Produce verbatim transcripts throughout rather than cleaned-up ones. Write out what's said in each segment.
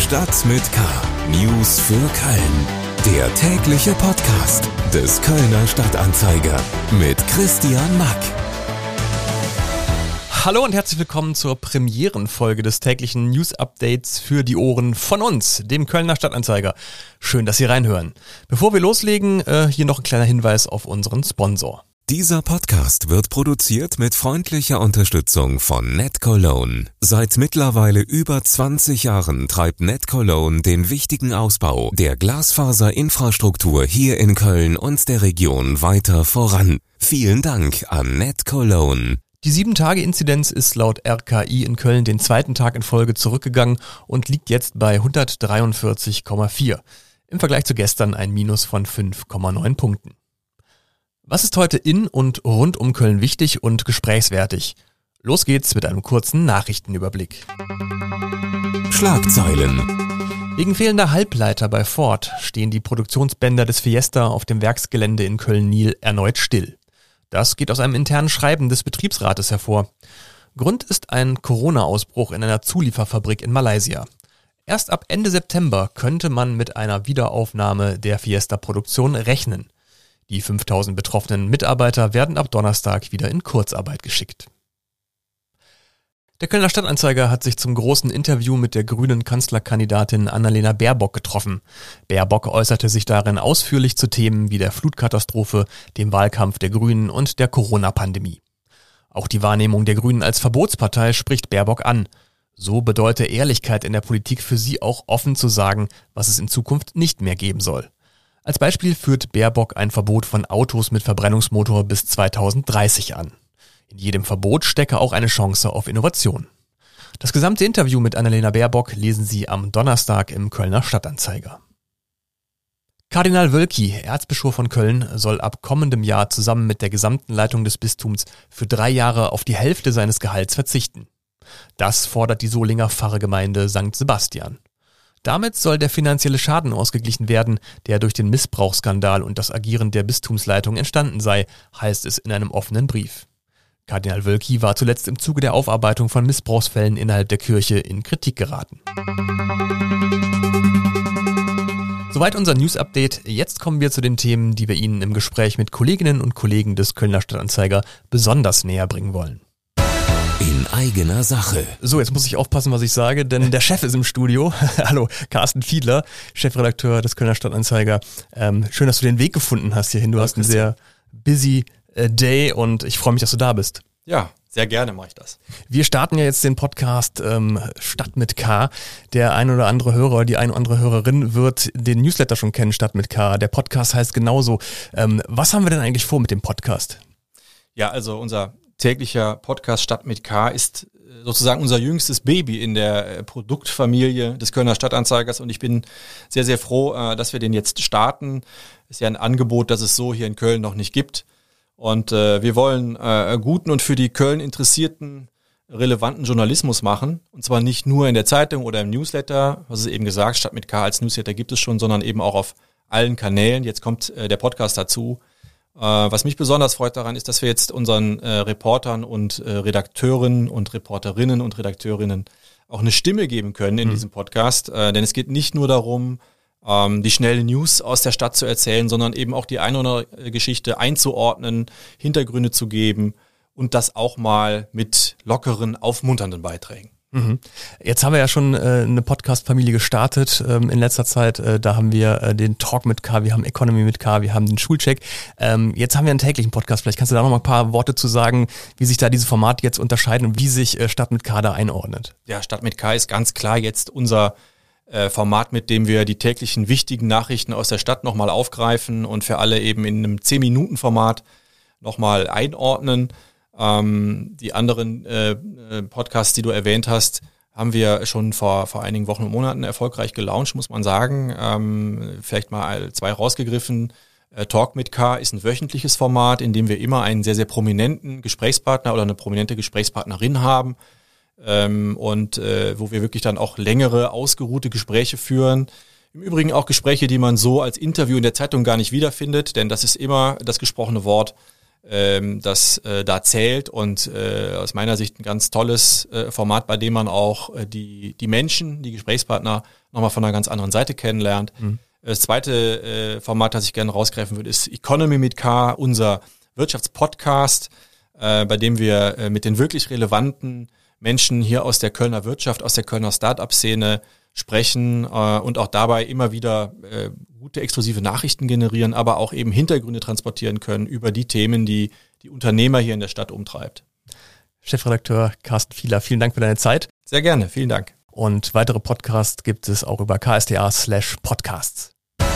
Stadt mit K. News für Köln. Der tägliche Podcast des Kölner Stadtanzeiger mit Christian Mack. Hallo und herzlich willkommen zur Premierenfolge des täglichen News-Updates für die Ohren von uns, dem Kölner Stadtanzeiger. Schön, dass Sie reinhören. Bevor wir loslegen, äh, hier noch ein kleiner Hinweis auf unseren Sponsor. Dieser Podcast wird produziert mit freundlicher Unterstützung von NetCologne. Seit mittlerweile über zwanzig Jahren treibt NetCologne den wichtigen Ausbau der Glasfaserinfrastruktur hier in Köln und der Region weiter voran. Vielen Dank an NetCologne. Die sieben Tage Inzidenz ist laut R K I in Köln den zweiten Tag in Folge zurückgegangen und liegt jetzt bei hundertdreiundvierzig Komma vier. Im Vergleich zu gestern ein Minus von fünf Komma neun Punkten. Was ist heute in und rund um Köln wichtig und gesprächswertig? Los geht's mit einem kurzen Nachrichtenüberblick. Schlagzeilen. Wegen fehlender Halbleiter bei Ford stehen die Produktionsbänder des Fiesta auf dem Werksgelände in Köln-Niel erneut still. Das geht aus einem internen Schreiben des Betriebsrates hervor. Grund ist ein Corona-Ausbruch in einer Zulieferfabrik in Malaysia. Erst ab Ende September könnte man mit einer Wiederaufnahme der Fiesta-Produktion rechnen. Die fünftausend betroffenen Mitarbeiter werden ab Donnerstag wieder in Kurzarbeit geschickt. Der Kölner Stadtanzeiger hat sich zum großen Interview mit der grünen Kanzlerkandidatin Annalena Baerbock getroffen. Baerbock äußerte sich darin ausführlich zu Themen wie der Flutkatastrophe, dem Wahlkampf der Grünen und der Corona-Pandemie. Auch die Wahrnehmung der Grünen als Verbotspartei spricht Baerbock an. So bedeute Ehrlichkeit in der Politik für sie auch offen zu sagen, was es in Zukunft nicht mehr geben soll. Als Beispiel führt Baerbock ein Verbot von Autos mit Verbrennungsmotor bis zweitausenddreißig an. In jedem Verbot stecke auch eine Chance auf Innovation. Das gesamte Interview mit Annalena Baerbock lesen Sie am Donnerstag im Kölner Stadtanzeiger. Kardinal Wölki, Erzbischof von Köln, soll ab kommendem Jahr zusammen mit der gesamten Leitung des Bistums für drei Jahre auf die Hälfte seines Gehalts verzichten. Das fordert die Solinger Pfarrgemeinde Sankt Sebastian. Damit soll der finanzielle Schaden ausgeglichen werden, der durch den Missbrauchsskandal und das Agieren der Bistumsleitung entstanden sei, heißt es in einem offenen Brief. Kardinal Wölki war zuletzt im Zuge der Aufarbeitung von Missbrauchsfällen innerhalb der Kirche in Kritik geraten. Soweit unser News-Update. Jetzt kommen wir zu den Themen, die wir Ihnen im Gespräch mit Kolleginnen und Kollegen des Kölner Stadtanzeiger besonders näher bringen wollen. In eigener Sache. So, jetzt muss ich aufpassen, was ich sage, denn der Chef ist im Studio. Hallo, Carsten Fiedler, Chefredakteur des Kölner Stadtanzeiger. Ähm, schön, dass du den Weg gefunden hast hierhin. Du hast einen sehr busy äh, Day und ich freue mich, dass du da bist. Ja, sehr gerne mache ich das. Wir starten ja jetzt den Podcast ähm, Stadt mit K. Der ein oder andere Hörer, die ein oder andere Hörerin wird den Newsletter schon kennen, Stadt mit K. Der Podcast heißt genauso. Ähm, was haben wir denn eigentlich vor mit dem Podcast? Ja, also unser täglicher Podcast Stadt mit K ist sozusagen unser jüngstes Baby in der Produktfamilie des Kölner Stadtanzeigers und ich bin sehr, sehr froh, dass wir den jetzt starten. Ist ja ein Angebot, das es so hier in Köln noch nicht gibt und wir wollen guten und für die Köln interessierten relevanten Journalismus machen und zwar nicht nur in der Zeitung oder im Newsletter, was es eben gesagt, Stadt mit K als Newsletter gibt es schon, sondern eben auch auf allen Kanälen. Jetzt kommt der Podcast dazu. Was mich besonders freut daran ist, dass wir jetzt unseren äh, Reportern und äh, Redakteuren und Reporterinnen und Redakteurinnen auch eine Stimme geben können in mhm. diesem Podcast. Äh, denn es geht nicht nur darum, ähm, die schnellen News aus der Stadt zu erzählen, sondern eben auch die eine oder andere Geschichte einzuordnen, Hintergründe zu geben und das auch mal mit lockeren, aufmunternden Beiträgen. Mhm. Jetzt haben wir ja schon äh, eine Podcast-Familie gestartet ähm, in letzter Zeit. Äh, da haben wir äh, den Talk mit K, wir haben Economy mit K, wir haben den Schulcheck. Ähm, jetzt haben wir einen täglichen Podcast. Vielleicht kannst du da noch mal ein paar Worte zu sagen, wie sich da diese Formate jetzt unterscheiden und wie sich äh, Stadt mit K da einordnet. Ja, Stadt mit K ist ganz klar jetzt unser äh, Format, mit dem wir die täglichen wichtigen Nachrichten aus der Stadt nochmal aufgreifen und für alle eben in einem zehn Minuten Format nochmal einordnen. Ähm, die anderen äh, Podcasts, die du erwähnt hast, haben wir schon vor, vor einigen Wochen und Monaten erfolgreich gelauncht, muss man sagen. Ähm, vielleicht mal zwei rausgegriffen. Äh, Talk mit K ist ein wöchentliches Format, in dem wir immer einen sehr, sehr prominenten Gesprächspartner oder eine prominente Gesprächspartnerin haben ähm, und äh, wo wir wirklich dann auch längere, ausgeruhte Gespräche führen. Im Übrigen auch Gespräche, die man so als Interview in der Zeitung gar nicht wiederfindet, denn das ist immer das gesprochene Wort ähm, das äh, da zählt und äh, aus meiner Sicht ein ganz tolles äh, Format, bei dem man auch äh, die die Menschen, die Gesprächspartner nochmal von einer ganz anderen Seite kennenlernt. Mhm. Das zweite äh, Format, das ich gerne rausgreifen würde, ist Economy mit K, unser Wirtschaftspodcast, äh, bei dem wir äh, mit den wirklich relevanten Menschen hier aus der Kölner Wirtschaft, aus der Kölner Start-up-Szene sprechen äh, und auch dabei immer wieder äh, gute exklusive Nachrichten generieren, aber auch eben Hintergründe transportieren können über die Themen, die die Unternehmer hier in der Stadt umtreibt. Chefredakteur Carsten Fieler, vielen Dank für deine Zeit. Sehr gerne, vielen Dank. Und weitere Podcasts gibt es auch über ksta slash podcasts.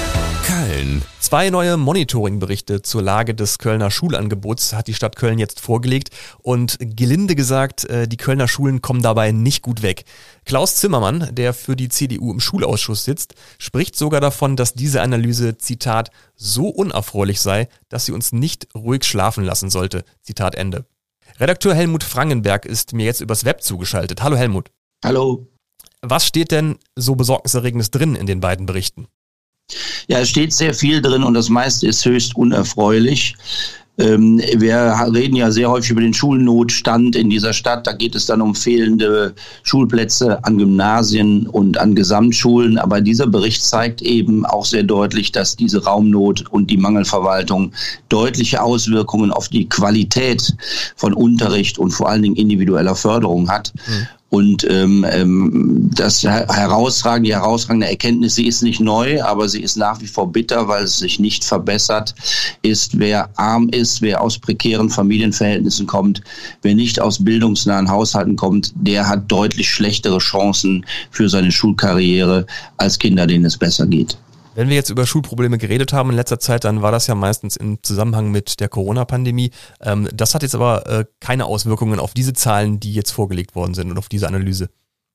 Köln. Zwei neue Monitoring-Berichte zur Lage des Kölner Schulangebots hat die Stadt Köln jetzt vorgelegt und gelinde gesagt, die Kölner Schulen kommen dabei nicht gut weg. Klaus Zimmermann, der für die C D U im Schulausschuss sitzt, spricht sogar davon, dass diese Analyse, Zitat, so unerfreulich sei, dass sie uns nicht ruhig schlafen lassen sollte. Zitat Ende. Redakteur Helmut Frangenberg ist mir jetzt übers Web zugeschaltet. Hallo Helmut. Hallo. Was steht denn so besorgniserregendes drin in den beiden Berichten? Ja, es steht sehr viel drin und das meiste ist höchst unerfreulich. Ähm, wir reden ja sehr häufig über den Schulnotstand in dieser Stadt. Da geht es dann um fehlende Schulplätze an Gymnasien und an Gesamtschulen. Aber dieser Bericht zeigt eben auch sehr deutlich, dass diese Raumnot und die Mangelverwaltung deutliche Auswirkungen auf die Qualität von Unterricht und vor allen Dingen individueller Förderung hat. Mhm. Und ähm, das herausragende, die herausragende Erkenntnis, sie ist nicht neu, aber sie ist nach wie vor bitter, weil es sich nicht verbessert ist. Wer arm ist, wer aus prekären Familienverhältnissen kommt, wer nicht aus bildungsnahen Haushalten kommt, der hat deutlich schlechtere Chancen für seine Schulkarriere als Kinder, denen es besser geht. Wenn wir jetzt über Schulprobleme geredet haben in letzter Zeit, dann war das ja meistens im Zusammenhang mit der Corona-Pandemie. Ähm, das hat jetzt aber äh, keine Auswirkungen auf diese Zahlen, die jetzt vorgelegt worden sind und auf diese Analyse.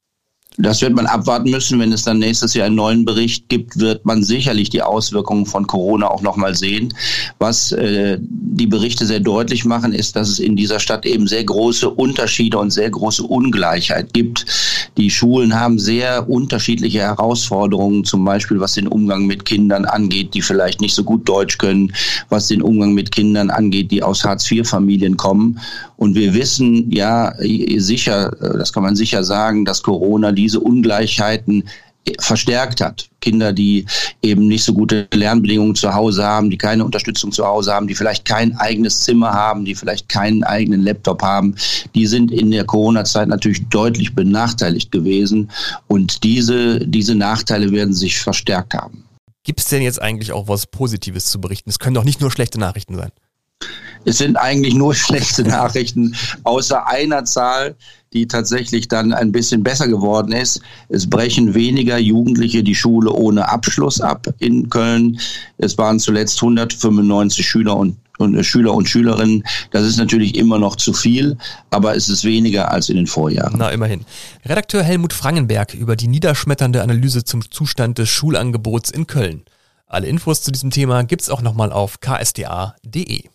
Das wird man abwarten müssen. Wenn es dann nächstes Jahr einen neuen Bericht gibt, wird man sicherlich die Auswirkungen von Corona auch nochmal sehen. Was äh, die Berichte sehr deutlich machen, ist, dass es in dieser Stadt eben sehr große Unterschiede und sehr große Ungleichheit gibt. Die Schulen haben sehr unterschiedliche Herausforderungen, zum Beispiel was den Umgang mit Kindern angeht, die vielleicht nicht so gut Deutsch können, was den Umgang mit Kindern angeht, die aus Hartz vier Familien kommen. Und wir wissen ja sicher, das kann man sicher sagen, dass Corona diese Ungleichheiten verstärkt hat. Kinder, die eben nicht so gute Lernbedingungen zu Hause haben, die keine Unterstützung zu Hause haben, die vielleicht kein eigenes Zimmer haben, die vielleicht keinen eigenen Laptop haben, die sind in der Corona-Zeit natürlich deutlich benachteiligt gewesen. Und diese, diese Nachteile werden sich verstärkt haben. Gibt es denn jetzt eigentlich auch was Positives zu berichten? Es können doch nicht nur schlechte Nachrichten sein. Es sind eigentlich nur schlechte Nachrichten, außer einer Zahl, die tatsächlich dann ein bisschen besser geworden ist. Es brechen weniger Jugendliche die Schule ohne Abschluss ab in Köln. Es waren zuletzt hundertfünfundneunzig Schüler und, und Schüler und Schülerinnen. Das ist natürlich immer noch zu viel, aber es ist weniger als in den Vorjahren. Na, immerhin. Redakteur Helmut Frangenberg über die niederschmetternde Analyse zum Zustand des Schulangebots in Köln. Alle Infos zu diesem Thema gibt's auch nochmal auf k s t a punkt d e.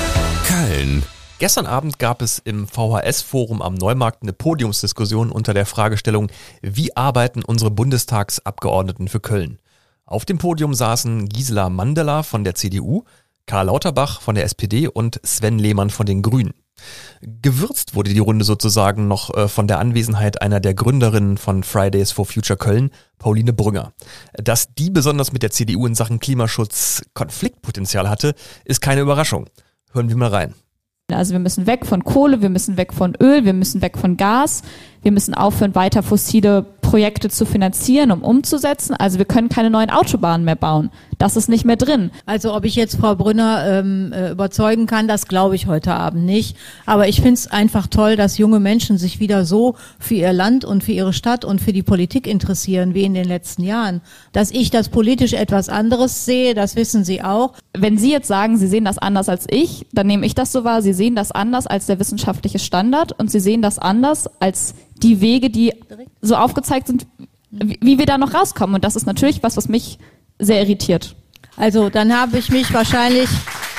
Köln. Gestern Abend gab es im V H S-Forum am Neumarkt eine Podiumsdiskussion unter der Fragestellung, wie arbeiten unsere Bundestagsabgeordneten für Köln? Auf dem Podium saßen Gisela Mandela von der C D U, Karl Lauterbach von der S P D und Sven Lehmann von den Grünen. Gewürzt wurde die Runde sozusagen noch von der Anwesenheit einer der Gründerinnen von Fridays for Future Köln, Pauline Brünger. Dass die besonders mit der C D U in Sachen Klimaschutz Konfliktpotenzial hatte, ist keine Überraschung. Hören wir mal rein. Also wir müssen weg von Kohle, wir müssen weg von Öl, wir müssen weg von Gas, wir müssen aufhören, weiter fossile Projekte zu finanzieren, um umzusetzen. Also wir können keine neuen Autobahnen mehr bauen. Das ist nicht mehr drin. Also ob ich jetzt Frau Brünner ähm, überzeugen kann, das glaube ich heute Abend nicht. Aber ich finde es einfach toll, dass junge Menschen sich wieder so für ihr Land und für ihre Stadt und für die Politik interessieren, wie in den letzten Jahren. Dass ich das politisch etwas anderes sehe, das wissen Sie auch. Wenn Sie jetzt sagen, Sie sehen das anders als ich, dann nehme ich das so wahr. Sie sehen das anders als der wissenschaftliche Standard und Sie sehen das anders als die Wege, die so aufgezeigt sind, wie wir da noch rauskommen. Und das ist natürlich was, was mich sehr irritiert. Also dann habe ich mich wahrscheinlich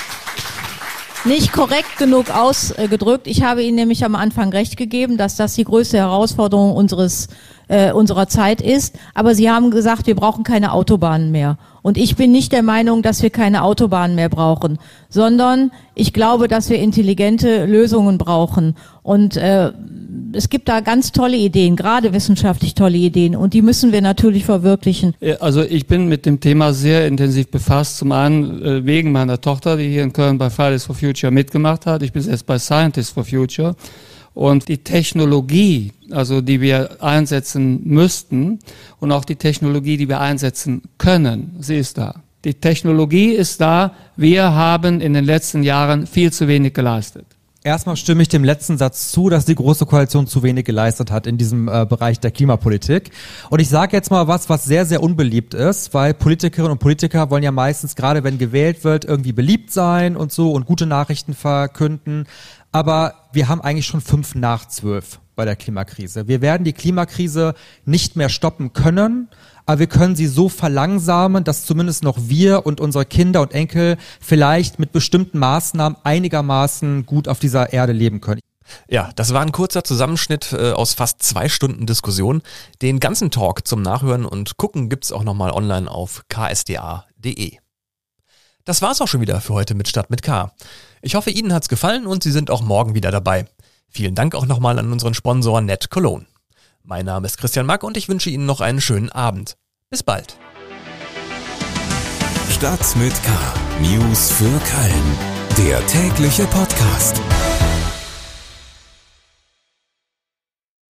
nicht korrekt genug ausgedrückt. Ich habe Ihnen nämlich am Anfang recht gegeben, dass das die größte Herausforderung unseres äh, unserer Zeit ist. Aber Sie haben gesagt, wir brauchen keine Autobahnen mehr. Und ich bin nicht der Meinung, dass wir keine Autobahnen mehr brauchen, sondern ich glaube, dass wir intelligente Lösungen brauchen. Und äh, es gibt da ganz tolle Ideen, gerade wissenschaftlich tolle Ideen. Und die müssen wir natürlich verwirklichen. Also ich bin mit dem Thema sehr intensiv befasst. Zum einen äh, wegen meiner Tochter, die hier in Köln bei Fridays for Future mitgemacht hat. Ich bin jetzt bei Scientists for Future. Und die Technologie, also die wir einsetzen müssten und auch die Technologie, die wir einsetzen können, sie ist da. Die Technologie ist da. Wir haben in den letzten Jahren viel zu wenig geleistet. Erstmal stimme ich dem letzten Satz zu, dass die Große Koalition zu wenig geleistet hat in diesem äh, Bereich der Klimapolitik. Und ich sage jetzt mal was, was sehr, sehr unbeliebt ist, weil Politikerinnen und Politiker wollen ja meistens, gerade wenn gewählt wird, irgendwie beliebt sein und so und gute Nachrichten verkünden. Aber wir haben eigentlich schon fünf nach zwölf bei der Klimakrise. Wir werden die Klimakrise nicht mehr stoppen können, aber wir können sie so verlangsamen, dass zumindest noch wir und unsere Kinder und Enkel vielleicht mit bestimmten Maßnahmen einigermaßen gut auf dieser Erde leben können. Ja, das war ein kurzer Zusammenschnitt äh, aus fast zwei Stunden Diskussion. Den ganzen Talk zum Nachhören und Gucken gibt's auch nochmal online auf k s d a punkt d e. Das war's auch schon wieder für heute mit Stadt mit K. Ich hoffe, Ihnen hat's gefallen und Sie sind auch morgen wieder dabei. Vielen Dank auch nochmal an unseren Sponsor Net Cologne. Mein Name ist Christian Mack und ich wünsche Ihnen noch einen schönen Abend. Bis bald. Stadt mit K. News für Köln. Der tägliche Podcast.